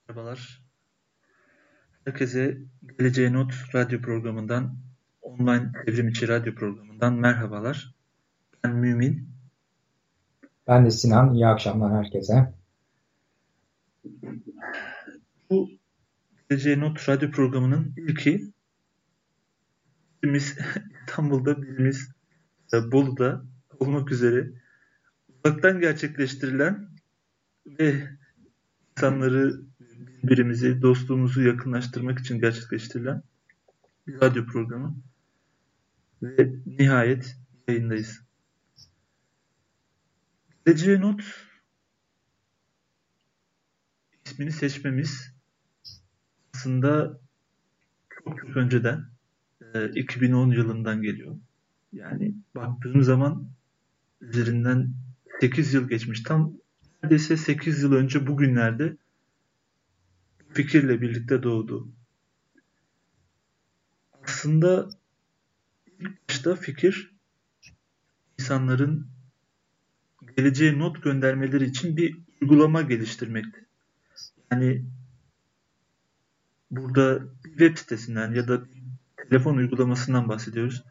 Merhabalar. Herkese Geleceğe Not radyo programından, online evrim içi radyo programından merhabalar. Ben Mümin. Ben de Sinan. İyi akşamlar herkese. Bu Geleceğe Not radyo programının ilki birimiz İstanbul'da, birimiz Bolu'da olmak üzere uzaktan gerçekleştirilen ve insanları, birbirimizi, dostluğumuzu yakınlaştırmak için gerçekleştirilen bir radyo programı ve nihayet yayındayız. Geleceğe Not ismini seçmemiz aslında çok önceden 2010 yılından geliyor. Yani baktığım zaman üzerinden 8 yıl geçmiş. Tam neredeyse 8 yıl önce bugünlerde fikirle birlikte doğdu. Aslında ilk başta fikir insanların geleceğe not göndermeleri için bir uygulama geliştirmekti. Yani burada bir web sitesinden ya da bir telefon uygulamasından bahsediyoruz.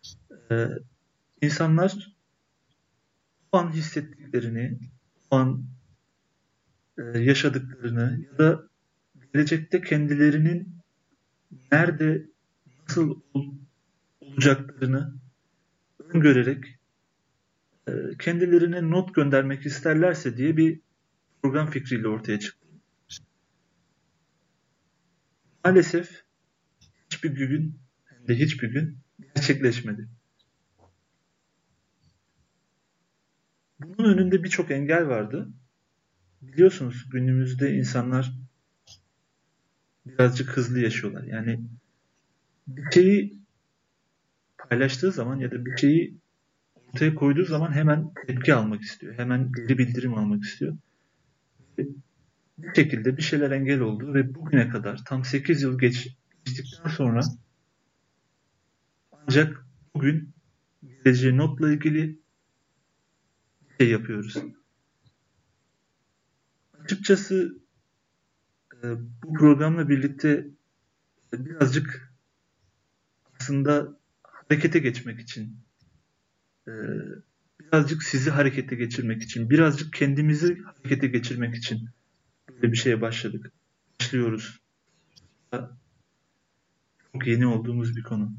İnsanlar o an hissettiklerini, o an yaşadıklarını ya da gelecekte kendilerinin nerede, nasıl olacaklarını öngörerek kendilerine not göndermek isterlerse diye bir program fikriyle ortaya çıktı. Maalesef hiçbir gün gerçekleşmedi. Bunun önünde birçok engel vardı. Biliyorsunuz günümüzde insanlar birazcık hızlı yaşıyorlar. Yani bir şeyi paylaştığı zaman ya da bir şeyi ortaya koyduğu zaman hemen tepki almak istiyor. Hemen geri bildirim almak istiyor. Bir şekilde bir şeyler engel oldu ve bugüne kadar tam 8 yıl geçtikten sonra ancak bugün geleceğe notla ilgili bir şey yapıyoruz. Açıkçası bu programla birlikte birazcık aslında harekete geçmek için, birazcık sizi harekete geçirmek için, birazcık kendimizi harekete geçirmek için böyle bir şeye başlıyoruz. Çok yeni olduğumuz bir konu.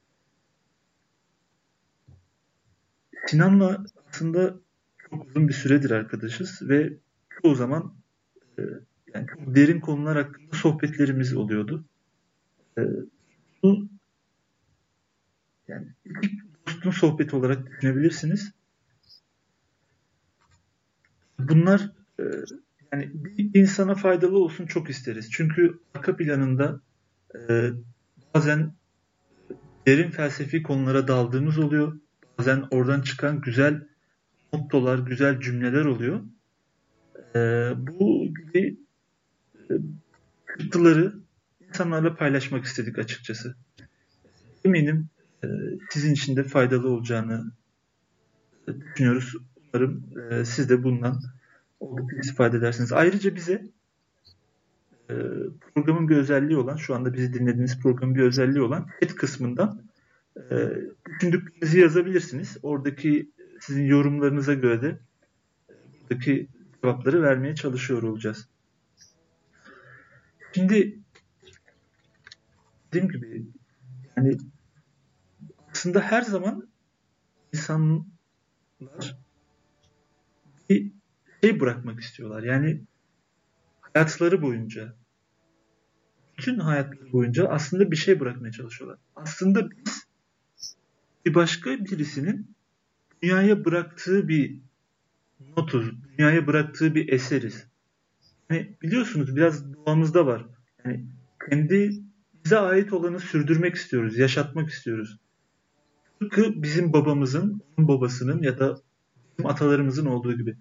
Sinan'la aslında çok uzun bir süredir arkadaşız ve çoğu zaman e, yani çok derin konular hakkında sohbetlerimiz oluyordu. E, Bu yani ilk dostun sohbeti olarak düşünebilirsiniz. Bunlar e, yani bir insana faydalı olsun çok isteriz. Çünkü arka planında e, bazen derin felsefi konulara daldığımız oluyor. Bazen oradan çıkan güzel mottolar, güzel cümleler oluyor. Bu gibi çıktıları insanlarla paylaşmak istedik açıkçası. Eminim e, sizin için de faydalı olacağını düşünüyoruz. Umarım siz de bundan oldukça istifade edersiniz. Ayrıca bize e, programın bir özelliği olan, şu anda bizi dinlediğiniz programın bir özelliği olan chat kısmından e, düşündüklerinizi yazabilirsiniz. Oradaki sizin yorumlarınıza göre de buradaki cevapları vermeye çalışıyor olacağız. Şimdi dediğim gibi yani aslında her zaman insanlar bir şey bırakmak istiyorlar. Yani hayatları boyunca, bütün hayatları boyunca aslında bir şey bırakmaya çalışıyorlar. Aslında biz bir başka birisinin dünyaya bıraktığı bir notuz, dünyaya bıraktığı bir eseriz. Yani biliyorsunuz biraz doğamızda var. Yani kendi bize ait olanı sürdürmek istiyoruz, yaşatmak istiyoruz. Tıpkı bizim babamızın, onun babasının ya da bizim atalarımızın olduğu gibi.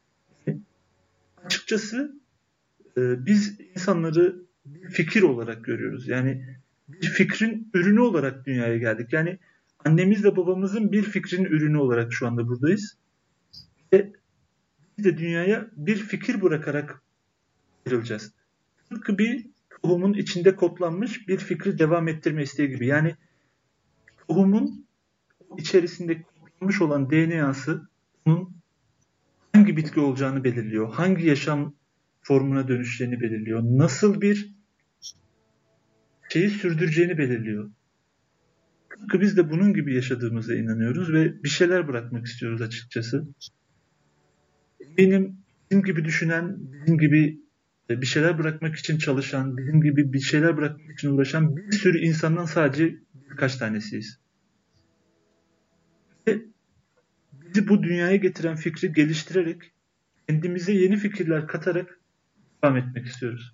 Açıkçası biz insanları bir fikir olarak görüyoruz. Yani bir fikrin ürünü olarak dünyaya geldik. Yani annemiz ve babamızın bir fikrin ürünü olarak şu anda buradayız. Ve biz de dünyaya bir fikir bırakarak ayrılacağız. tıpkı bir tohumun içinde kodlanmış bir fikri devam ettirme isteği gibi. Yani tohumun içerisinde kodlanmış olan DNA'sı onun hangi bitki olacağını belirliyor. Hangi yaşam formuna dönüşeceğini belirliyor. Nasıl bir şeyi sürdüreceğini belirliyor. Tıpkı biz de bunun gibi yaşadığımıza inanıyoruz ve bir şeyler bırakmak istiyoruz açıkçası. Eminim bizim gibi düşünen, bizim gibi bir şeyler bırakmak için çalışan, bizim gibi bir şeyler bırakmak için uğraşan bir sürü insandan sadece birkaç tanesiyiz. Ve bizi bu dünyaya getiren fikri geliştirerek, kendimize yeni fikirler katarak devam etmek istiyoruz.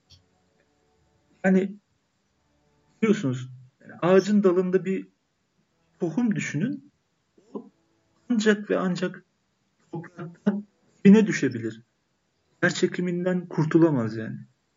Yani biliyorsunuz, ağacın dalında bir tohum düşünün. O ancak ve ancak toprakta dibine düşebilir. Yer çekiminden kurtulamaz yani.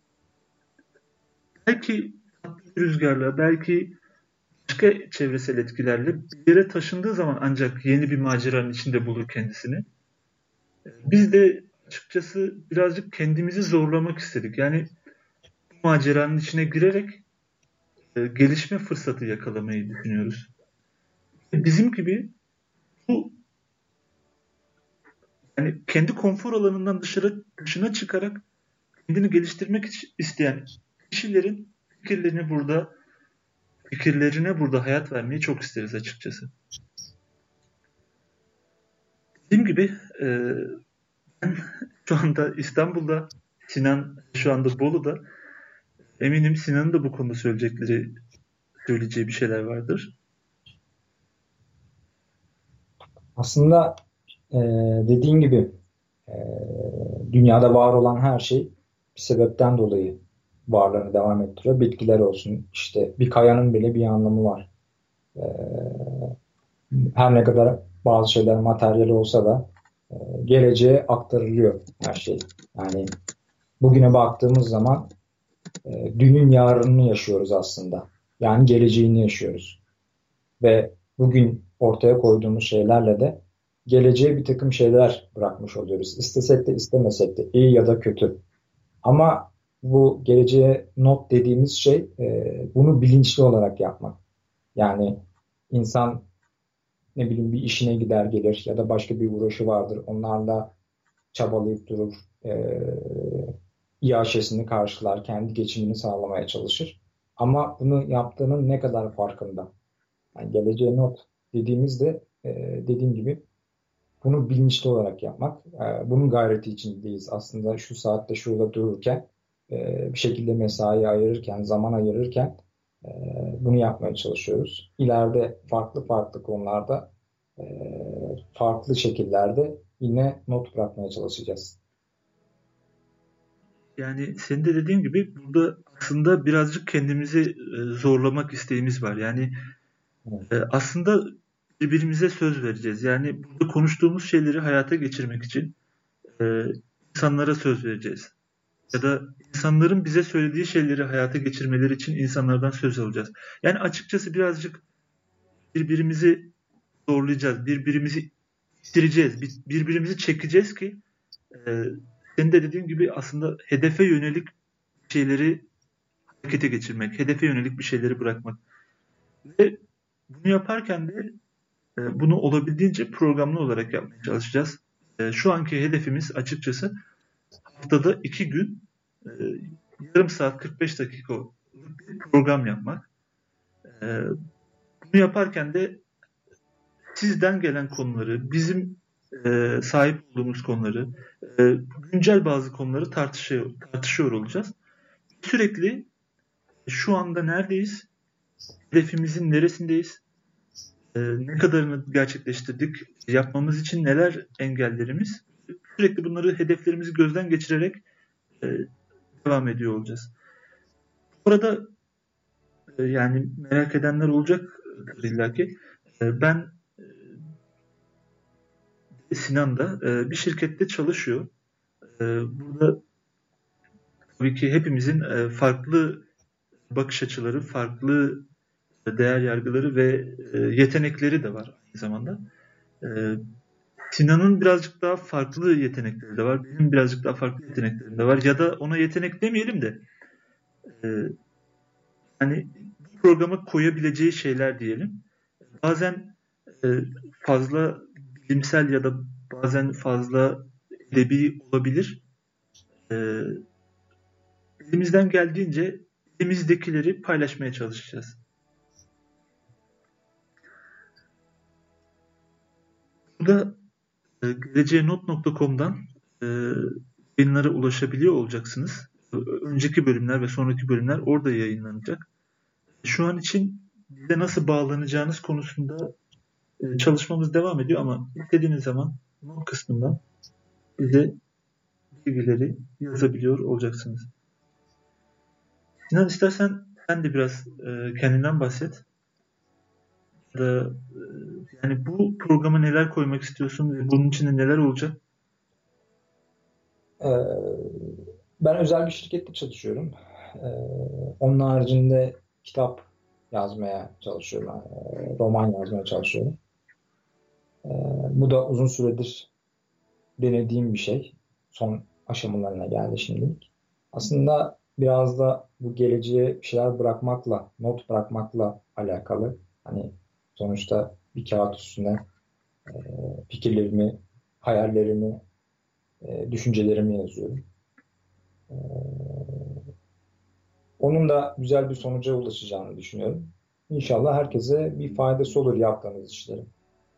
Belki rüzgarla, belki başka çevresel etkilerle bir yere taşındığı zaman ancak yeni bir maceranın içinde bulur kendisini. Biz de açıkçası birazcık kendimizi zorlamak istedik. Yani bu maceranın içine girerek gelişme fırsatı yakalamayı düşünüyoruz. Bizim gibi bu yani kendi konfor alanından dışına çıkarak kendini geliştirmek isteyen kişilerin fikirlerine burada hayat vermeyi çok isteriz açıkçası. Dediğim gibi ben şu anda İstanbul'da, Sinan şu anda Bolu'da. Eminim Sinan'ın da bu konuda söyleyeceği bir şeyler vardır. Aslında e, dediğin gibi e, dünyada var olan her şey bir sebepten dolayı varlığını devam ettiriyor. Bitkiler olsun, işte bir kayanın bile bir anlamı var. E, Her ne kadar bazı şeyler materyal olsa da geleceğe aktarılıyor her şey. Yani bugüne baktığımız zaman dünün yarınını yaşıyoruz aslında. Yani geleceğini yaşıyoruz. Ve bugün ortaya koyduğumuz şeylerle de geleceğe bir takım şeyler bırakmış oluyoruz. İstesek de istemesek de iyi ya da kötü. Ama bu geleceğe not dediğimiz şey bunu bilinçli olarak yapmak. Yani insan ne bileyim bir işine gider gelir ya da başka bir uğraşı vardır. Onlarla çabalayıp durur. İAŞ'sini karşılar, kendi geçimini sağlamaya çalışır. Ama bunu yaptığının ne kadar farkında? Yani geleceğe not dediğimizde dediğim gibi bunu bilinçli olarak yapmak. Bunun gayreti içindeyiz. Aslında şu saatte şurada dururken bir şekilde mesai ayırırken, zaman ayırırken e, bunu yapmaya çalışıyoruz. İleride farklı farklı konularda e, farklı şekillerde yine not bırakmaya çalışacağız. Yani senin de dediğin gibi burada aslında birazcık kendimizi zorlamak isteğimiz var. Yani Evet. aslında birbirimize söz vereceğiz. Yani burada konuştuğumuz şeyleri hayata geçirmek için e, insanlara söz vereceğiz. Ya da insanların bize söylediği şeyleri hayata geçirmeleri için insanlardan söz alacağız. Yani açıkçası birazcık birbirimizi zorlayacağız, birbirimizi ittireceğiz, birbirimizi çekeceğiz ki e, senin de dediğin gibi aslında hedefe yönelik şeyleri harekete geçirmek, hedefe yönelik bir şeyleri bırakmak. Ve bunu yaparken de bunu olabildiğince programlı olarak yapmaya çalışacağız. Şu anki hedefimiz açıkçası haftada 2 gün e, yarım saat 45 dakika bir program yapmak. E, Bunu yaparken de sizden gelen konuları, bizim sahip olduğumuz konuları, e, güncel bazı konuları tartışıyor olacağız. Sürekli şu anda neredeyiz, hedefimizin neresindeyiz, ne kadarını gerçekleştirdik, yapmamız için neler engellerimiz, sürekli bunları hedeflerimizi gözden geçirerek e, devam ediyor olacağız. Bu arada yani merak edenler olacak illaki. Ben Sinan da bir şirkette çalışıyor. Burada tabii ki hepimizin farklı bakış açıları, farklı değer yargıları ve yetenekleri de var aynı zamanda. E, Sinan'ın birazcık daha farklı yetenekleri de var. Benim birazcık daha farklı yeteneklerim de var. Ya da ona yetenek demeyelim de e, hani bu programa koyabileceği şeyler diyelim. Bazen e, fazla bilimsel ya da bazen fazla edebi olabilir. E, Elimizden geldiğince elimizdekileri paylaşmaya çalışacağız. Burada geleceğenot.com'dan e, yayınlara ulaşabiliyor olacaksınız. Önceki bölümler ve sonraki bölümler orada yayınlanacak. Şu an için bize nasıl bağlanacağınız konusunda çalışmamız devam ediyor ama istediğiniz zaman not kısmından bize bilgileri yazabiliyor olacaksınız. Sinan, istersen sen de biraz kendinden bahset. Yani bu programa neler koymak istiyorsun ve bunun içinde neler olacak? Ee, Ben özel bir şirkette çalışıyorum. Ee, Onun haricinde kitap yazmaya çalışıyorum. Roman yazmaya çalışıyorum. Ee, Bu da uzun süredir denediğim bir şey. Son aşamalarına geldi şimdilik. Aslında biraz da bu geleceğe bir şeyler bırakmakla, not bırakmakla alakalı. Hani sonuçta bir kağıt üstüne e, fikirlerimi, hayallerimi, düşüncelerimi yazıyorum. E, Onun da güzel bir sonuca ulaşacağını düşünüyorum. İnşallah herkese bir faydası olur yaptığımız işlerin.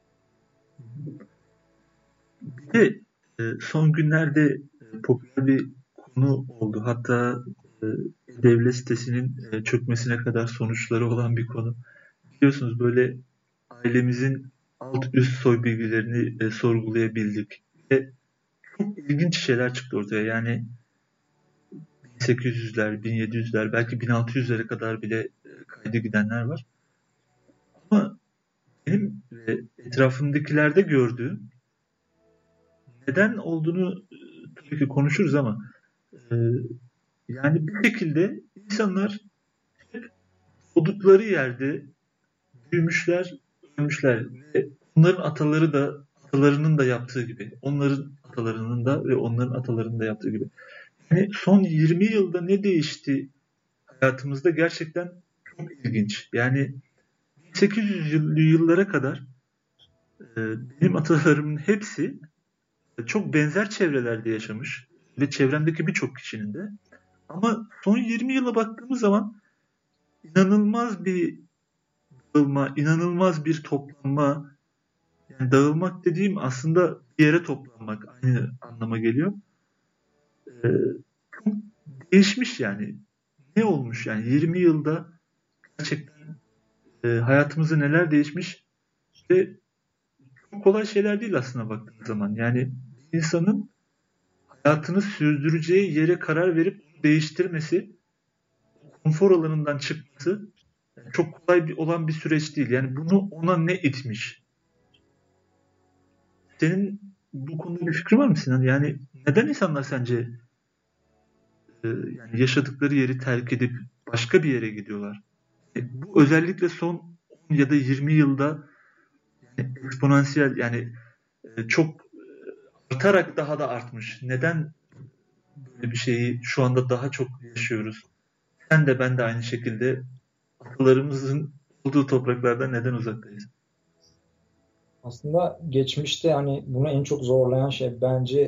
Bir de son günlerde popüler bir konu oldu. Hatta e, devlet sitesinin çökmesine kadar sonuçları olan bir konu. Biliyorsunuz, böyle ailemizin alt üst soy bilgilerini sorgulayabildik. Ve çok ilginç şeyler çıktı ortaya. Yani 1800'ler, 1700'ler, belki 1600'lere kadar bile kayda gidenler var. Ama benim etrafımdakilerde gördüğüm, neden olduğunu tabii ki konuşuruz ama e, yani bir şekilde insanlar doğdukları yerde büyümüşler, ölmüşler ve onların ataları da atalarının da yaptığı gibi, onların atalarının da ve onların atalarının da yaptığı gibi. Yani son 20 yılda ne değişti hayatımızda gerçekten çok ilginç. Yani 1800'lü yıllara kadar benim atalarımın hepsi çok benzer çevrelerde yaşamış ve çevremdeki birçok kişinin de. Ama son 20 yıla baktığımız zaman inanılmaz bir dağılma, inanılmaz bir toplanma. Yani dağılmak dediğim aslında bir yere toplanmak aynı anlama geliyor. Ee, Çok değişmiş yani. Ne olmuş yani 20 yılda gerçekten hayatımızda neler değişmiş ve çok kolay şeyler değil aslında baktığınız zaman. Yani bir insanın hayatını sürdüreceği yere karar verip onu değiştirmesi, konfor alanından çıkması çok kolay olan bir süreç değil. Yani bunu ona ne itmiş? Senin bu konuda bir fikrin var mı Sinan? Yani neden insanlar sence yani yaşadıkları yeri terk edip başka bir yere gidiyorlar? Bu özellikle son 10 ya da 20 yılda yani eksponansiyel, yani çok artarak daha da artmış. Neden böyle bir şeyi şu anda daha çok yaşıyoruz? Sen de ben de aynı şekilde atalarımızın olduğu topraklardan neden uzaktayız? Aslında geçmişte hani bunu en çok zorlayan şey bence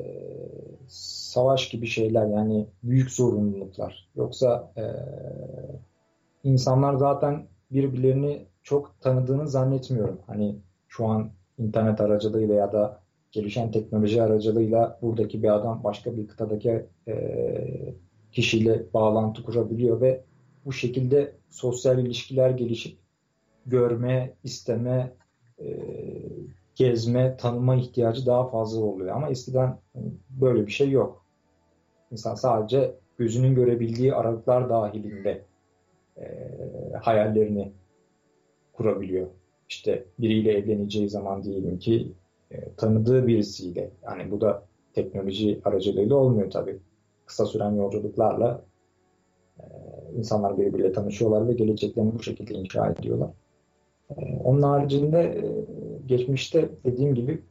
savaş gibi şeyler, yani büyük zorunluluklar. Yoksa insanlar zaten birbirlerini çok tanıdığını zannetmiyorum. Hani şu an internet aracılığıyla ya da gelişen teknoloji aracılığıyla buradaki bir adam başka bir kıtadaki kişiyle bağlantı kurabiliyor ve bu şekilde sosyal ilişkiler gelişip görme, isteme, e, gezme, tanıma ihtiyacı daha fazla oluyor. Ama eskiden böyle bir şey yok. İnsan sadece gözünün görebildiği aralıklar dahilinde hayallerini kurabiliyor. İşte biriyle evleneceği zaman diyelim ki tanıdığı birisiyle, yani bu da teknoloji aracılığıyla olmuyor tabii. Kısa süren yolculuklarla e, insanlar birbiriyle tanışıyorlar ve geleceklerini bu şekilde inşa ediyorlar. Onun haricinde geçmişte dediğim gibi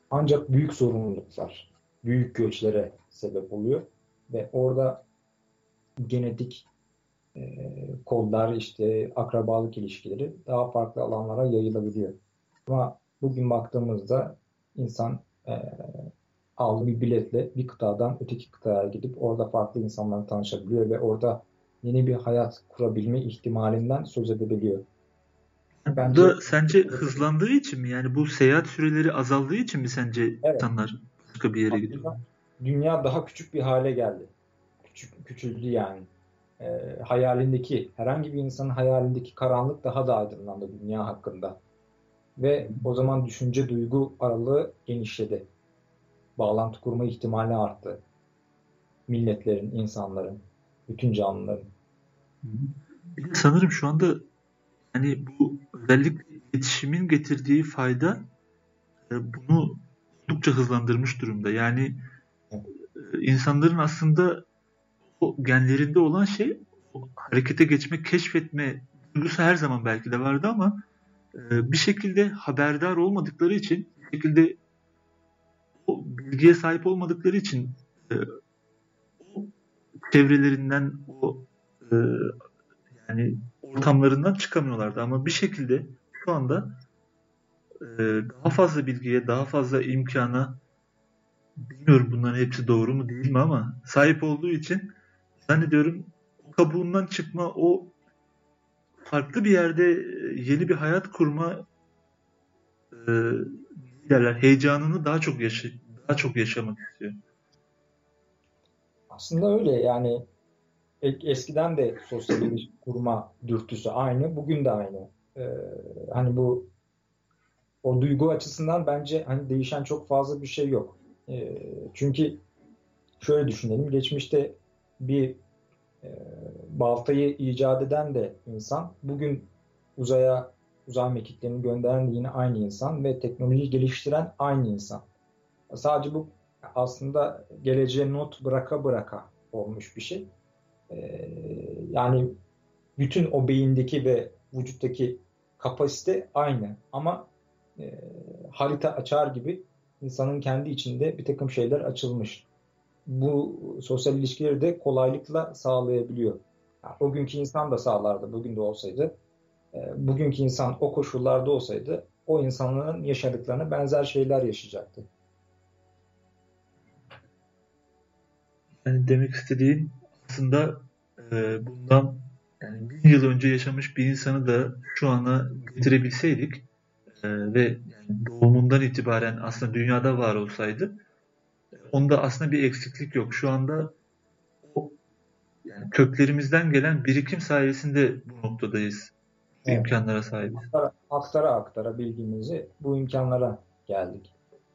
Ancak büyük sorumluluklar, büyük göçlere sebep oluyor ve orada genetik kodlar, işte akrabalık ilişkileri daha farklı alanlara yayılabiliyor. Ama bugün baktığımızda insan aldığı bir biletle bir kıtadan öteki kıtaya gidip orada farklı insanlarla tanışabiliyor ve orada yeni bir hayat kurabilme ihtimalinden söz edebiliyor. Bu Bence da sence hızlandığı için mi? Yani bu seyahat süreleri azaldığı için mi sence evet, insanlar başka bir yere gidiyorlar? aslında dünya daha küçük bir hale geldi. Küçüldü yani. Hayalindeki, herhangi bir insanın hayalindeki karanlık daha da aydınlandı dünya hakkında. Ve o zaman düşünce duygu aralığı genişledi. Bağlantı kurma ihtimali arttı. Milletlerin, insanların, bütün canlıların. Hı. Bir de sanırım şu anda hani bu özellikle iletişimin getirdiği fayda bunu oldukça hızlandırmış durumda. Yani insanların aslında o genlerinde olan şey o harekete geçme, keşfetme duygusu her zaman belki de vardı ama bir şekilde haberdar olmadıkları için, bir şekilde o bilgiye sahip olmadıkları için e, o çevrelerinden, o e, yani ortamlarından çıkamıyorlardı. Ama bir şekilde şu anda daha fazla bilgiye, daha fazla imkana, bilmiyorum bunların hepsi doğru mu değil mi ama sahip olduğu için zannediyorum o kabuğundan çıkma, o farklı bir yerde yeni bir hayat kurma derler heyecanını daha çok yaşamak istiyor. Aslında öyle yani eskiden de sosyal ilişki kurma dürtüsü aynı, bugün de aynı. Hani bu o duygu açısından bence hani değişen çok fazla bir şey yok. Çünkü şöyle düşünelim, geçmişte bir e, baltayı icat eden de insan, bugün uzaya uzay mekiklerini gönderen de yine aynı insan ve teknolojiyi geliştiren aynı insan. Sadece bu aslında geleceğe not bıraka bıraka olmuş bir şey. Yani bütün o beyindeki ve vücuttaki kapasite aynı ama e, harita açar gibi insanın kendi içinde bir takım şeyler açılmış. Bu sosyal ilişkileri de kolaylıkla sağlayabiliyor. Yani o günkü insan da sağlardı, bugün de olsaydı. Bugünkü insan o koşullarda olsaydı, o insanların yaşadıklarına benzer şeyler yaşayacaktı. Yani demek istediğim aslında bundan yani 1.000 yıl önce yaşamış bir insanı da şu ana getirebilseydik ve yani doğumundan itibaren aslında dünyada var olsaydı onda aslında bir eksiklik yok. Şu anda o yani köklerimizden gelen birikim sayesinde bu noktadayız. Bu Evet. imkanlara sahibiz. Aktara bilgimizi bu imkanlara geldik.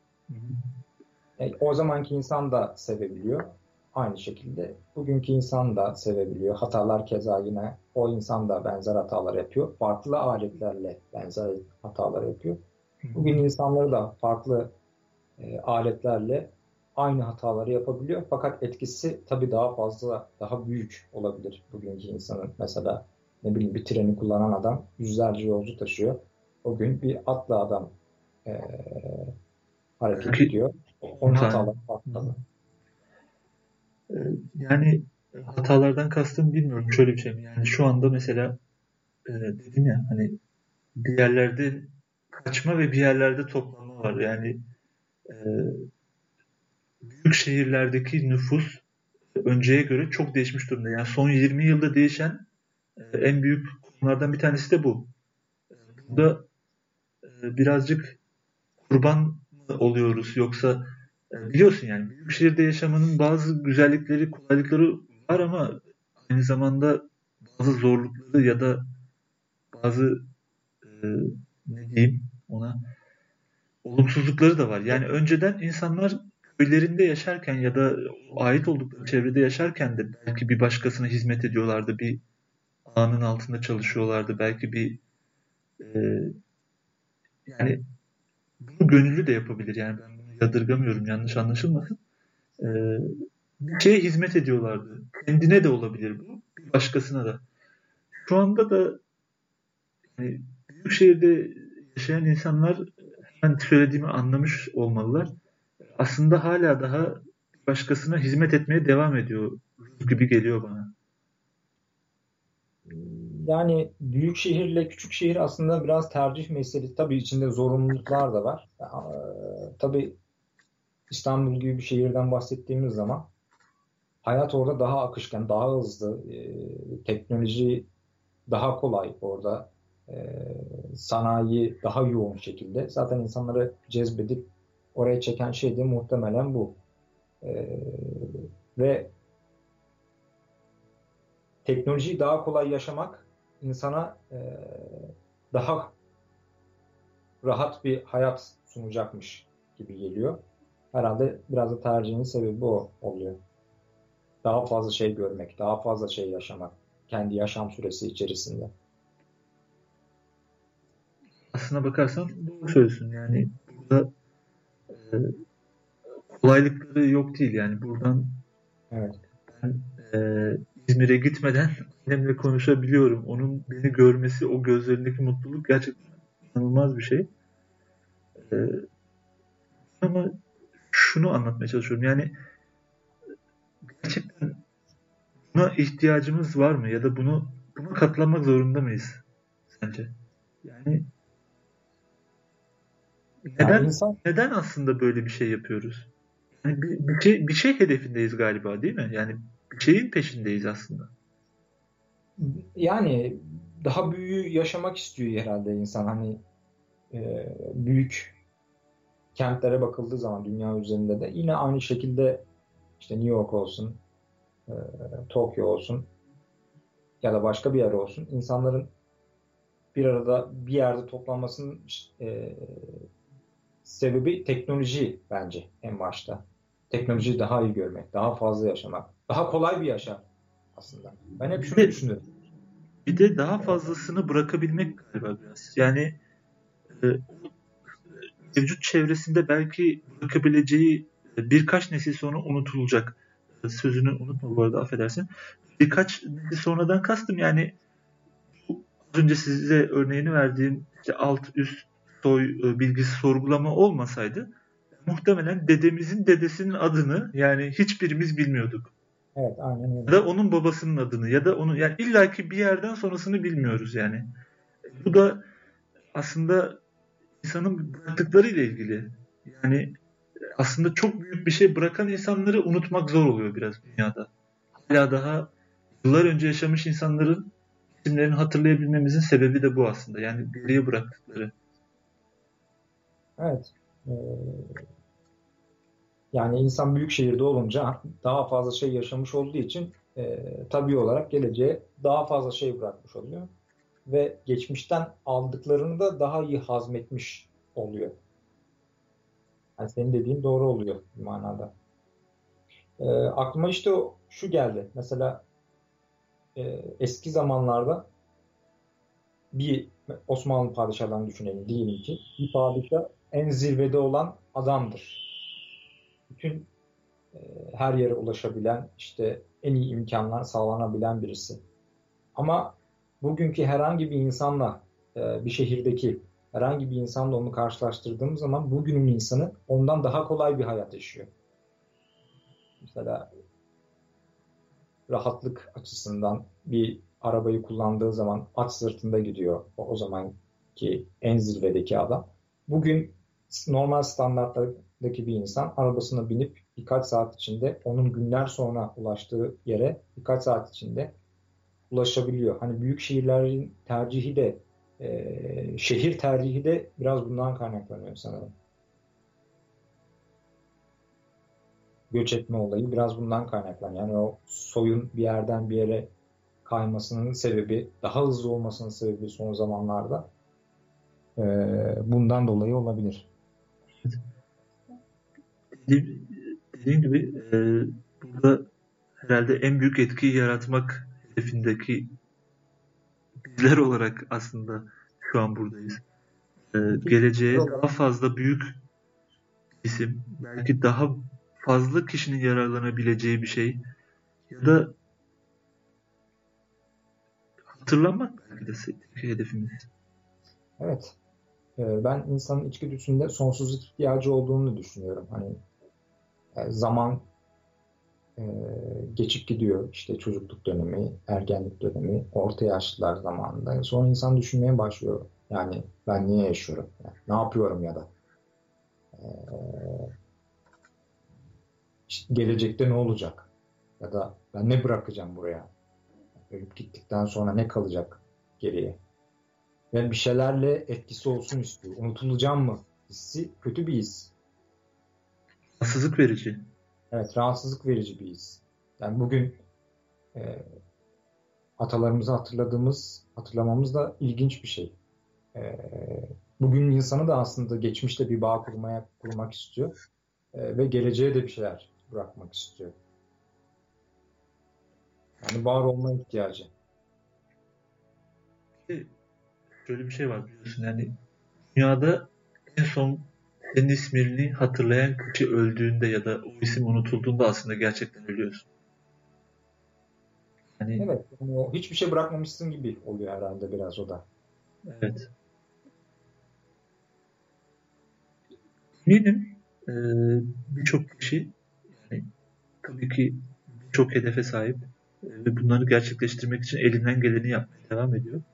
O zamanki insan da sevebiliyor. Aynı şekilde bugünkü insan da sevebiliyor. Hatalar keza yine o insan da benzer hatalar yapıyor. Farklı aletlerle benzer hatalar yapıyor. Bugün insanları da farklı aletlerle aynı hataları yapabiliyor. Fakat etkisi tabii daha fazla, daha büyük olabilir bugünkü insanın. Mesela ne bileyim bir treni kullanan adam yüzlerce yolcu taşıyor. O gün bir atla adam e, hareket Belki ediyor. Onun 10 tane. hataları farklı. Ee, Yani hatalardan kastım bilmiyorum şöyle bir şey mi? Yani şu anda mesela dedim ya hani bir yerlerde kaçma ve bir yerlerde toplanma var. Yani e, büyük şehirlerdeki nüfus önceye göre çok değişmiş durumda. Yani son 20 yılda değişen en büyük konulardan bir tanesi de bu. Burada birazcık kurban mı oluyoruz yoksa biliyorsun yani büyük şehirde yaşamanın bazı güzellikleri, kolaylıkları var ama aynı zamanda bazı zorlukları ya da bazı e, ne diyeyim ona olumsuzlukları da var. Yani önceden insanlar köylerinde yaşarken ya da ait oldukları çevrede yaşarken de belki bir başkasına hizmet ediyorlardı, bir ağanın altında çalışıyorlardı, belki bir e, yani bunu gönüllü de yapabilir. Yani ben bunu yadırgamıyorum, yanlış anlaşılmasın. E, Bir şeye hizmet ediyorlardı. Kendine de olabilir bu, bir başkasına da. Şu anda da yani büyük şehirde yaşayan insanlar ben söylediğimi anlamış olmalılar. Aslında hala daha başkasına hizmet etmeye devam ediyor gibi geliyor bana. Yani büyük şehirle küçük şehir aslında biraz tercih meselesi. Tabii içinde zorunluluklar da var. Tabii İstanbul gibi bir şehirden bahsettiğimiz zaman hayat orada daha akışkan, daha hızlı, teknoloji daha kolay orada, sanayi daha yoğun şekilde. Zaten insanları cezbedip oraya çeken şey de muhtemelen bu. E, Ve teknolojiyi daha kolay yaşamak insana daha rahat bir hayat sunacakmış gibi geliyor. Herhalde biraz da tercihinin sebebi o oluyor. Daha fazla şey görmek, daha fazla şey yaşamak kendi yaşam süresi içerisinde. Aslına bakarsan doğru söylüyorsun. Yani burada e, kolaylıkları yok değil. Yani buradan Evet. ben İzmir'e gitmeden annemle konuşabiliyorum. Onun beni görmesi, o gözlerindeki mutluluk gerçekten inanılmaz bir şey. E, ama şunu anlatmaya çalışıyorum. Yani gerçekten buna ihtiyacımız var mı? Ya da buna katlanmak zorunda mıyız sence? Yani Yani neden insan, neden aslında böyle bir şey yapıyoruz? Yani bir şey hedefindeyiz galiba, değil mi? Yani bir şeyin peşindeyiz aslında. yani daha büyüğü yaşamak istiyor herhalde insan. Hani büyük kentlere bakıldığı zaman dünya üzerinde de yine aynı şekilde işte New York olsun, e, Tokyo olsun ya da başka bir yer olsun. İnsanların bir arada bir yerde toplanmasının e, sebebi teknoloji bence en başta. Teknolojiyi daha iyi görmek, daha fazla yaşamak, daha kolay bir yaşam aslında. Ben hep Bir şunu de düşünüyorum. bir de daha fazlasını bırakabilmek galiba biraz. Yani e, mevcut çevresinde belki bırakabileceği birkaç nesil sonra unutulacak. Sözünü unutma bu arada, affedersin. Birkaç nesil sonradan kastım yani az önce size örneğini verdiğim işte alt üst soy bilgisi sorgulama olmasaydı muhtemelen dedemizin dedesinin adını yani hiçbirimiz bilmiyorduk. Evet, aynen Ya öyle. da onun babasının adını ya da onu yani illaki bir yerden sonrasını bilmiyoruz yani. Bu da aslında insanın bıraktıklarıyla ilgili. Yani aslında çok büyük bir şey bırakan insanları unutmak zor oluyor biraz dünyada. Hala daha yıllar önce yaşamış insanların isimlerini hatırlayabilmemizin sebebi de bu aslında. Yani geriye bıraktıkları. Evet. E, Yani insan büyük şehirde olunca daha fazla şey yaşamış olduğu için tabii olarak geleceğe daha fazla şey bırakmış oluyor. Ve geçmişten aldıklarını da daha iyi hazmetmiş oluyor. Yani senin dediğin doğru oluyor bir manada. Aklıma işte şu geldi. Mesela eski zamanlarda bir Osmanlı padişahlarını düşünelim. Diyelim ki bir padişah en zirvede olan adamdır. Bütün e, her yere ulaşabilen, işte en iyi imkanlar sağlanabilen birisi. Ama bugünkü herhangi bir insanla, bir şehirdeki herhangi bir insanla onu karşılaştırdığımız zaman bugünün insanı ondan daha kolay bir hayat yaşıyor. Mesela rahatlık açısından bir arabayı kullandığı zaman at sırtında gidiyor o zamanki en zirvedeki adam. Bugün normal standartlardaki bir insan arabasına binip birkaç saat içinde onun günler sonra ulaştığı yere birkaç saat içinde ulaşabiliyor. Hani büyük şehirlerin tercihi de şehir tercihi de biraz bundan kaynaklanıyor sanırım. Göç etme olayı biraz bundan kaynaklanıyor. Yani o soyun bir yerden bir yere kaymasının sebebi, daha hızlı olmasının sebebi son zamanlarda bundan dolayı olabilir. Dediğim gibi burada herhalde en büyük etkiyi yaratmak hedefindeki bizler olarak aslında şu an buradayız. Peki, Geleceğe daha fazla büyük isim, belki daha fazla kişinin yararlanabileceği bir şey ya da hatırlanmak belki de hedefimiz. evet. Ben insanın içgüdüsünde sonsuzluk ihtiyacı olduğunu düşünüyorum. Hani zaman e, geçip gidiyor. İşte çocukluk dönemi, ergenlik dönemi, orta yaşlılar zamanında. Sonra insan düşünmeye başlıyor. Yani ben niye yaşıyorum? Yani ne yapıyorum ya da işte gelecekte ne olacak? Ya da ben ne bırakacağım buraya? Ölüp gittikten sonra ne kalacak geriye? Ve bir şeylerle etkisi olsun istiyor. Unutulacağım mı? Hissi kötü bir his. Haksızlık verici. Evet, rahatsızlık verici bir his. Yani bugün e, atalarımızı hatırlamamız da ilginç bir şey. E, Bugün insanı da aslında geçmişte bir bağ kurmak istiyor. Ve geleceğe de bir şeyler bırakmak istiyor. Yani var olma ihtiyacı. Bir şöyle bir şey var biliyorsun yani dünyada en son senin ismini hatırlayan kişi öldüğünde ya da o isim unutulduğunda aslında gerçekten ölüyorsun. Hani Evet, yani hiçbir şey bırakmamışsın gibi oluyor herhalde biraz o da. evet. Eminim e, birçok kişi yani tabii ki birçok hedefe sahip ve bunları gerçekleştirmek için elinden geleni yapmaya devam ediyor.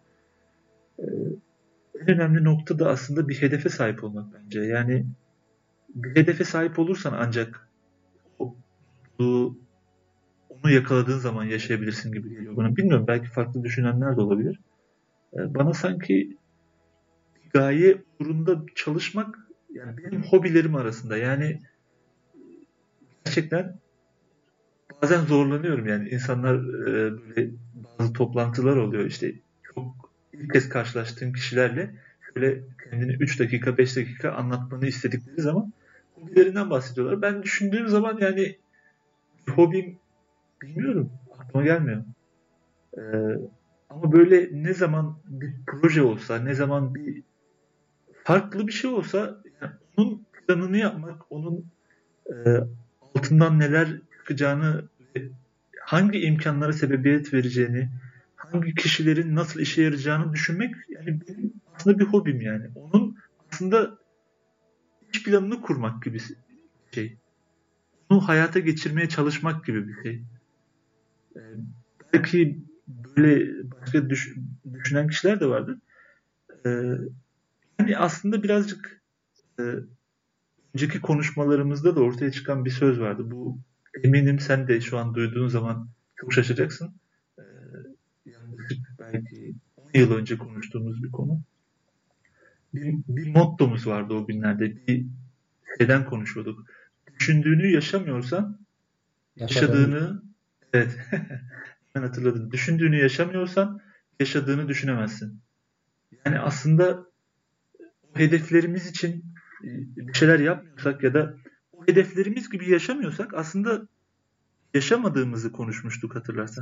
En önemli nokta da aslında bir hedefe sahip olmak bence. Yani bir hedefe sahip olursan ancak o, bu- onu yakaladığın zaman yaşayabilirsin gibi geliyor bana. Bilmiyorum belki farklı düşünenler de olabilir. Bana sanki gaye uğrunda çalışmak yani benim hobilerim arasında. Yani gerçekten bazen zorlanıyorum yani insanlar böyle bazı toplantılar oluyor işte çok ilk kez karşılaştığım kişilerle şöyle kendini 3 dakika 5 dakika anlatmanı istedikleri zaman hobilerinden bahsediyorlar. Ben düşündüğüm zaman yani bir hobim bilmiyorum aklıma gelmiyor. E, Ama böyle ne zaman bir proje olsa ne zaman bir farklı bir şey olsa yani onun planını yapmak, onun e, altından neler çıkacağını ve hangi imkanlara sebebiyet vereceğini, hangi kişilerin nasıl işe yarayacağını düşünmek yani benim aslında bir hobim yani. Onun aslında iş planını kurmak gibi bir şey. Onu hayata geçirmeye çalışmak gibi bir şey. E, Belki böyle başka düşünen kişiler de vardır. E, Yani aslında birazcık önceki konuşmalarımızda da ortaya çıkan bir söz vardı. Bu eminim sen de şu an duyduğun zaman çok şaşacaksın. Ee, Yaklaşık belki 10 yıl önce konuştuğumuz bir konu. Bir mottomuz vardı o günlerde. Bir şeyden konuşuyorduk. Düşündüğünü yaşamıyorsan Yaşadığını yaşadığını evet ben hatırladım. Düşündüğünü yaşamıyorsan yaşadığını düşünemezsin. Yani aslında o hedeflerimiz için bir şeyler yapmıyorsak ya da o hedeflerimiz gibi yaşamıyorsak aslında yaşamadığımızı konuşmuştuk hatırlarsan.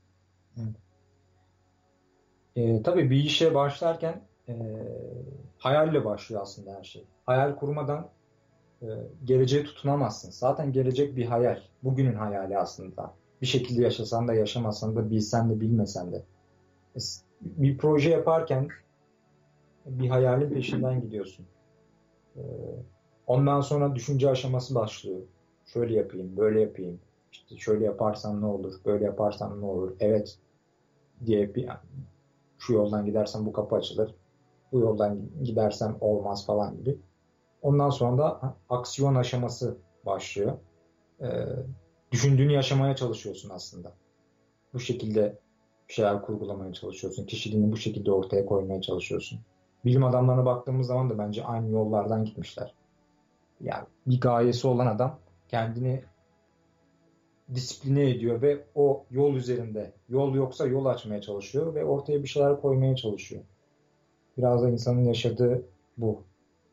Tabii bir işe başlarken hayalle başlıyor aslında her şey. Hayal kurmadan e, geleceğe tutunamazsın. Zaten gelecek bir hayal. Bugünün hayali aslında. Bir şekilde yaşasan da yaşamasan da bilsen de bilmesen de. Bir proje yaparken bir hayalin peşinden gidiyorsun. E, Ondan sonra düşünce aşaması başlıyor. Şöyle yapayım, böyle yapayım. İşte şöyle yaparsam ne olur, böyle yaparsam ne olur. Evet diye şu yoldan gidersem bu kapı açılır. Bu yoldan gidersem olmaz falan gibi. Ondan sonra da aksiyon aşaması başlıyor. Ee, Düşündüğünü yaşamaya çalışıyorsun aslında. Bu şekilde bir şeyler kurgulamaya çalışıyorsun. Kişiliğini bu şekilde ortaya koymaya çalışıyorsun. Bilim adamlarına baktığımız zaman da bence aynı yollardan gitmişler. Yani bir gayesi olan adam kendini disipline ediyor ve o yol üzerinde yol yoksa yol açmaya çalışıyor ve ortaya bir şeyler koymaya çalışıyor. Biraz da insanın yaşadığı bu.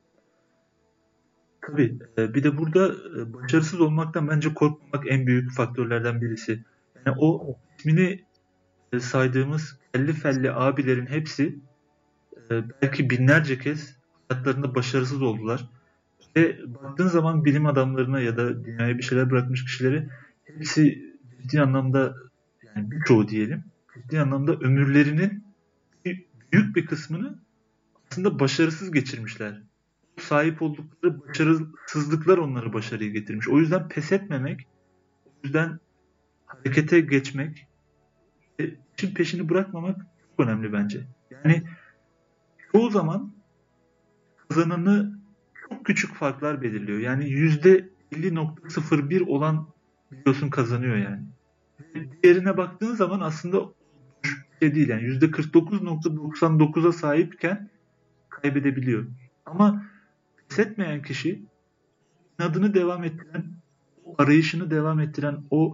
Tabii bir de burada başarısız olmaktan bence korkmamak en büyük faktörlerden birisi. Yani o ismini saydığımız kelli felli abilerin hepsi belki binlerce kez hayatlarında başarısız oldular. Ve baktığın zaman bilim adamlarına ya da dünyaya bir şeyler bırakmış kişileri hepsi ciddi anlamda yani birçoğu diyelim ciddi anlamda ömürlerinin büyük bir kısmını aslında başarısız geçirmişler. Sahip oldukları başarısızlıklar onları başarıya getirmiş. O yüzden pes etmemek, o yüzden harekete geçmek, işin peşini bırakmamak çok önemli bence. Yani çoğu zaman kazananı çok küçük farklar belirliyor. Yani %50,01 olan biliyorsun kazanıyor yani. Diğerine baktığın zaman aslında şey değil yani %49,99'a sahipken kaybedebiliyor. Ama pes etmeyen kişi, inadını devam ettiren, o arayışını devam ettiren, o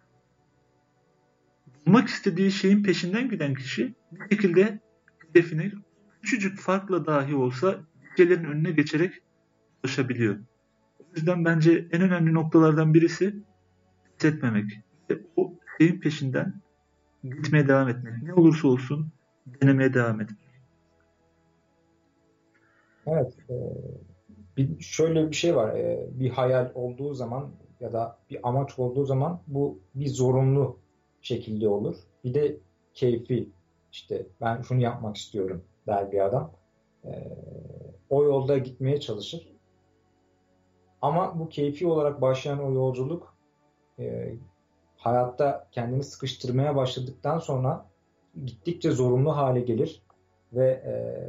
bulmak istediği şeyin peşinden giden kişi bir şekilde hedefine küçücük farkla dahi olsa şeylerin önüne geçerek ulaşabiliyor. O yüzden bence en önemli noktalardan birisi pes etmemek. O şeyin peşinden gitmeye devam etmek. Ne olursa olsun denemeye devam etmek. Evet. Şöyle bir şey var. Bir hayal olduğu zaman ya da bir amaç olduğu zaman bu bir zorunlu şekilde olur. Bir de keyfi, işte ben şunu yapmak istiyorum der bir adam. O yolda gitmeye çalışır. Ama bu keyfi olarak başlayan o yolculuk hayatta kendini sıkıştırmaya başladıktan sonra gittikçe zorunlu hale gelir ve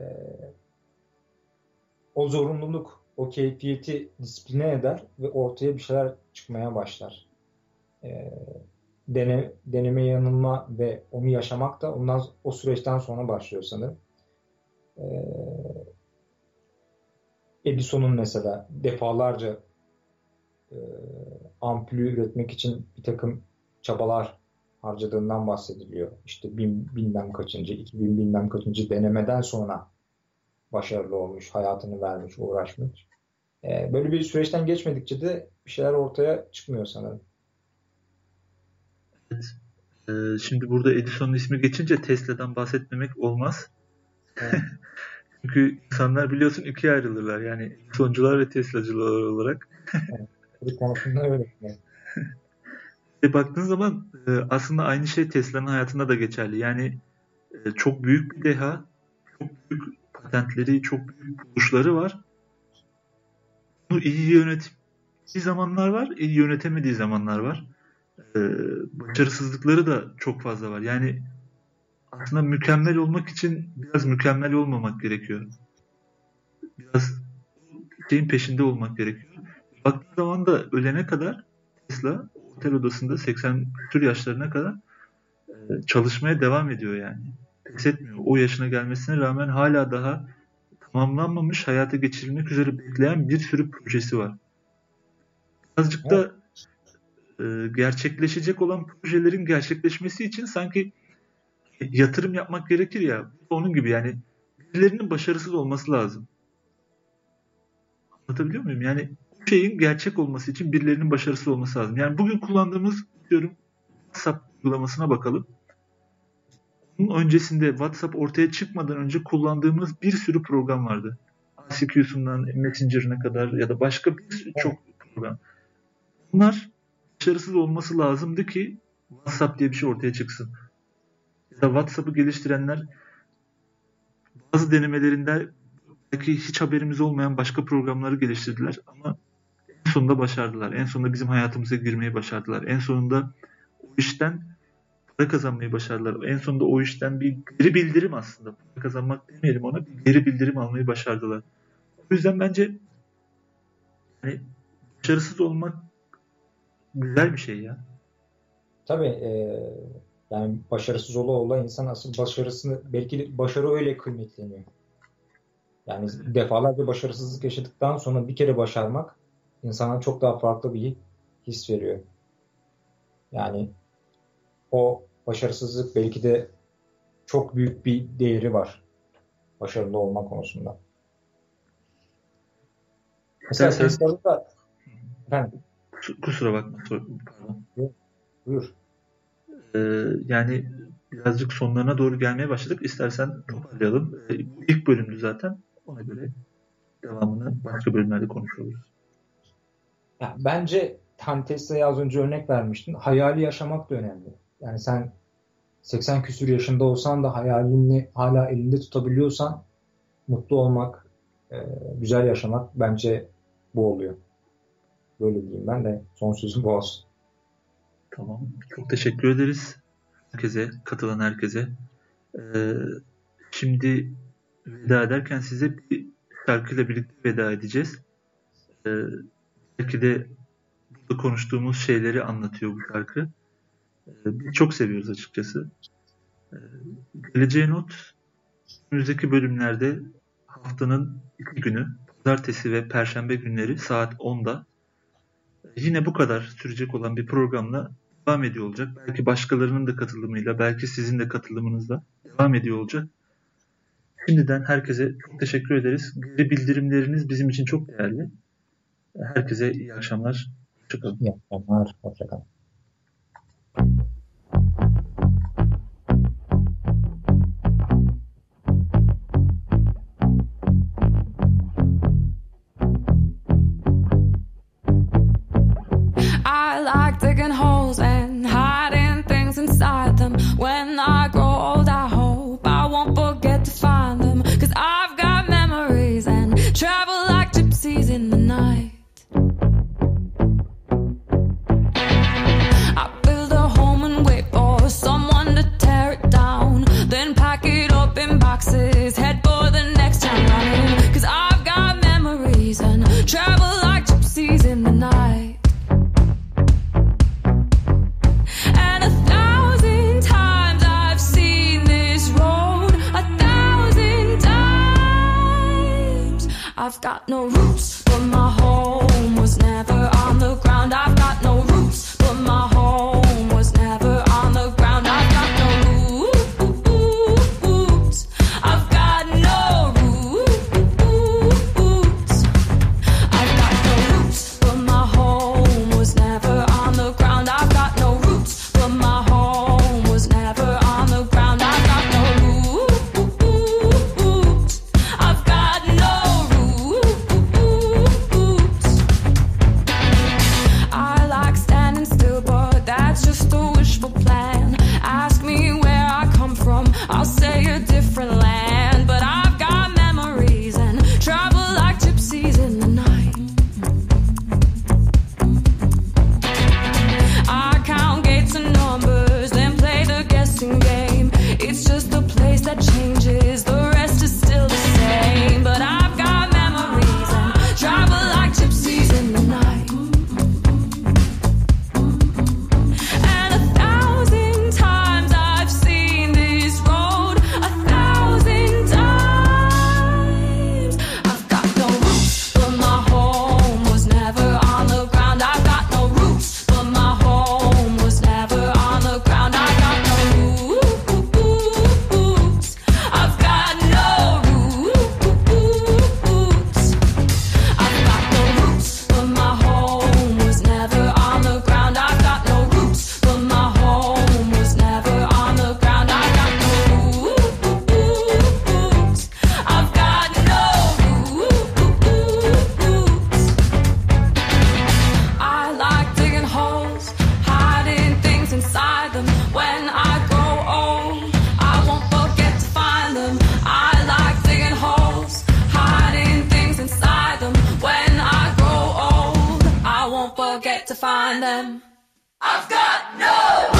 o zorunluluk o keyfiyeti disipline eder ve ortaya bir şeyler çıkmaya başlar. Deneme yanılma ve onu yaşamak da o süreçten sonra başlıyor sanırım. Edison'un mesela defalarca ampulü üretmek için bir takım çabalar harcadığından bahsediliyor. İşte bilmem kaçıncı, 2000 bilmem kaçıncı denemeden sonra başarılı olmuş, hayatını vermiş, uğraşmış. Böyle bir süreçten geçmedikçe de bir şeyler ortaya çıkmıyor sanırım. Evet. Şimdi burada Edison'un ismi geçince Tesla'dan bahsetmemek olmaz. Evet. Çünkü insanlar biliyorsun ikiye ayrılırlar. Yani Edisoncular ve Tesla'cılar olarak. Evet. Bu konusunda öyle. Baktığın zaman aslında aynı şey Tesla'nın hayatında da geçerli. Yani çok büyük bir deha, çok büyük patentleri, çok büyük buluşları var. Bunu iyi yönettiği zamanlar var, iyi yönetemediği zamanlar var. Başarısızlıkları da çok fazla var. Yani aslında mükemmel olmak için biraz mükemmel olmamak gerekiyor. Biraz şeyin peşinde olmak gerekiyor. Baktığın zaman da ölene kadar Tesla otel odasında 80 küsur yaşlarına kadar çalışmaya devam ediyor yani. Pes etmiyor. O yaşına gelmesine rağmen hala daha tamamlanmamış, hayata geçirilmek üzere bekleyen bir sürü projesi var. Birazcık Evet. da gerçekleşecek olan projelerin gerçekleşmesi için sanki yatırım yapmak gerekir ya. Onun gibi yani birilerinin başarısız olması lazım. Anlatabiliyor muyum? Yani bu şeyin gerçek olması için birilerinin başarısız olması lazım. Yani bugün kullandığımız diyorum WhatsApp uygulamasına bakalım. Bunun öncesinde WhatsApp ortaya çıkmadan önce kullandığımız bir sürü program vardı. ICQ'sundan Messenger'ına kadar ya da başka çok program. Bunlar başarısız olması lazımdı ki WhatsApp diye bir şey ortaya çıksın. Ya da WhatsApp'ı geliştirenler bazı denemelerinde belki hiç haberimiz olmayan başka programları geliştirdiler ama en sonunda başardılar. En sonunda bizim hayatımıza girmeyi başardılar. En sonunda o işten para kazanmayı başardılar. En sonunda o işten bir geri bildirim aslında. Para kazanmak demeyelim ona. Bir geri bildirim almayı başardılar. O yüzden bence hani başarısız olmak güzel bir şey ya. Tabii yani başarısız ola insan asıl başarısını belki de başarı öyle kıymetleniyor. Yani defalarca başarısızlık yaşadıktan sonra bir kere başarmak insana çok daha farklı bir his veriyor. Yani o başarısızlık belki de çok büyük bir değeri var başarılı olma konusunda. Mesela Tesla'da da efendim, kusura bakma. Pardon. buyur. Yani birazcık sonlarına doğru gelmeye başladık. İstersen toparlayalım. Bu ilk bölümdü zaten. Ona göre devamını başka bölümlerde konuşuruz. Ya, bence hani Tesla'ya az önce örnek vermiştin. Hayali yaşamak da önemli. Yani sen 80 küsur yaşında olsan da hayalini hala elinde tutabiliyorsan mutlu olmak, güzel yaşamak bence bu oluyor. Böyle diyeyim ben de. Son sözüm bu olsun. Tamam. Çok teşekkür ederiz. Herkese, katılan herkese. Şimdi veda ederken size bir şarkıyla birlikte veda edeceğiz. Belki de burada konuştuğumuz şeyleri anlatıyor bu şarkı. Biz çok seviyoruz açıkçası. Geleceğe not, önümüzdeki bölümlerde haftanın 2 günü, pazartesi ve perşembe günleri saat 10'da yine bu kadar sürecek olan bir programla devam ediyor olacak. Belki başkalarının da katılımıyla, belki sizin de katılımınızla devam ediyor olacak. Şimdiden herkese çok teşekkür ederiz. Geri bildirimleriniz bizim için çok değerli. Herkese iyi akşamlar. Hoşçakalın. İyi akşamlar. Hoşçakalın. I like digging holes and hiding things inside them. When I grow old, I hope I won't forget to find them. 'Cause I've got memories and travel like gypsies in the night. I build a home and wait for someone to tear it down. Then pack it up in boxes, head for the next town running. 'Cause I've got memories and travel like gypsies in the night. I've got no roots, but my home was never on the ground. I've got no roots, but my home was never on the ground. I've got no roots. I've got no roots. I've got no roots, but my home was never on the ground. I've got no roots, but my home was never on the ground. I've got no roots. I've got no I'll say a different land, but I've got memories and travel like gypsies in the night. I count gates and numbers, then play the guessing game. It's just a place that changes, the rest is still the same. But I've got memories and travel like gypsies in the night. To find them, I've got no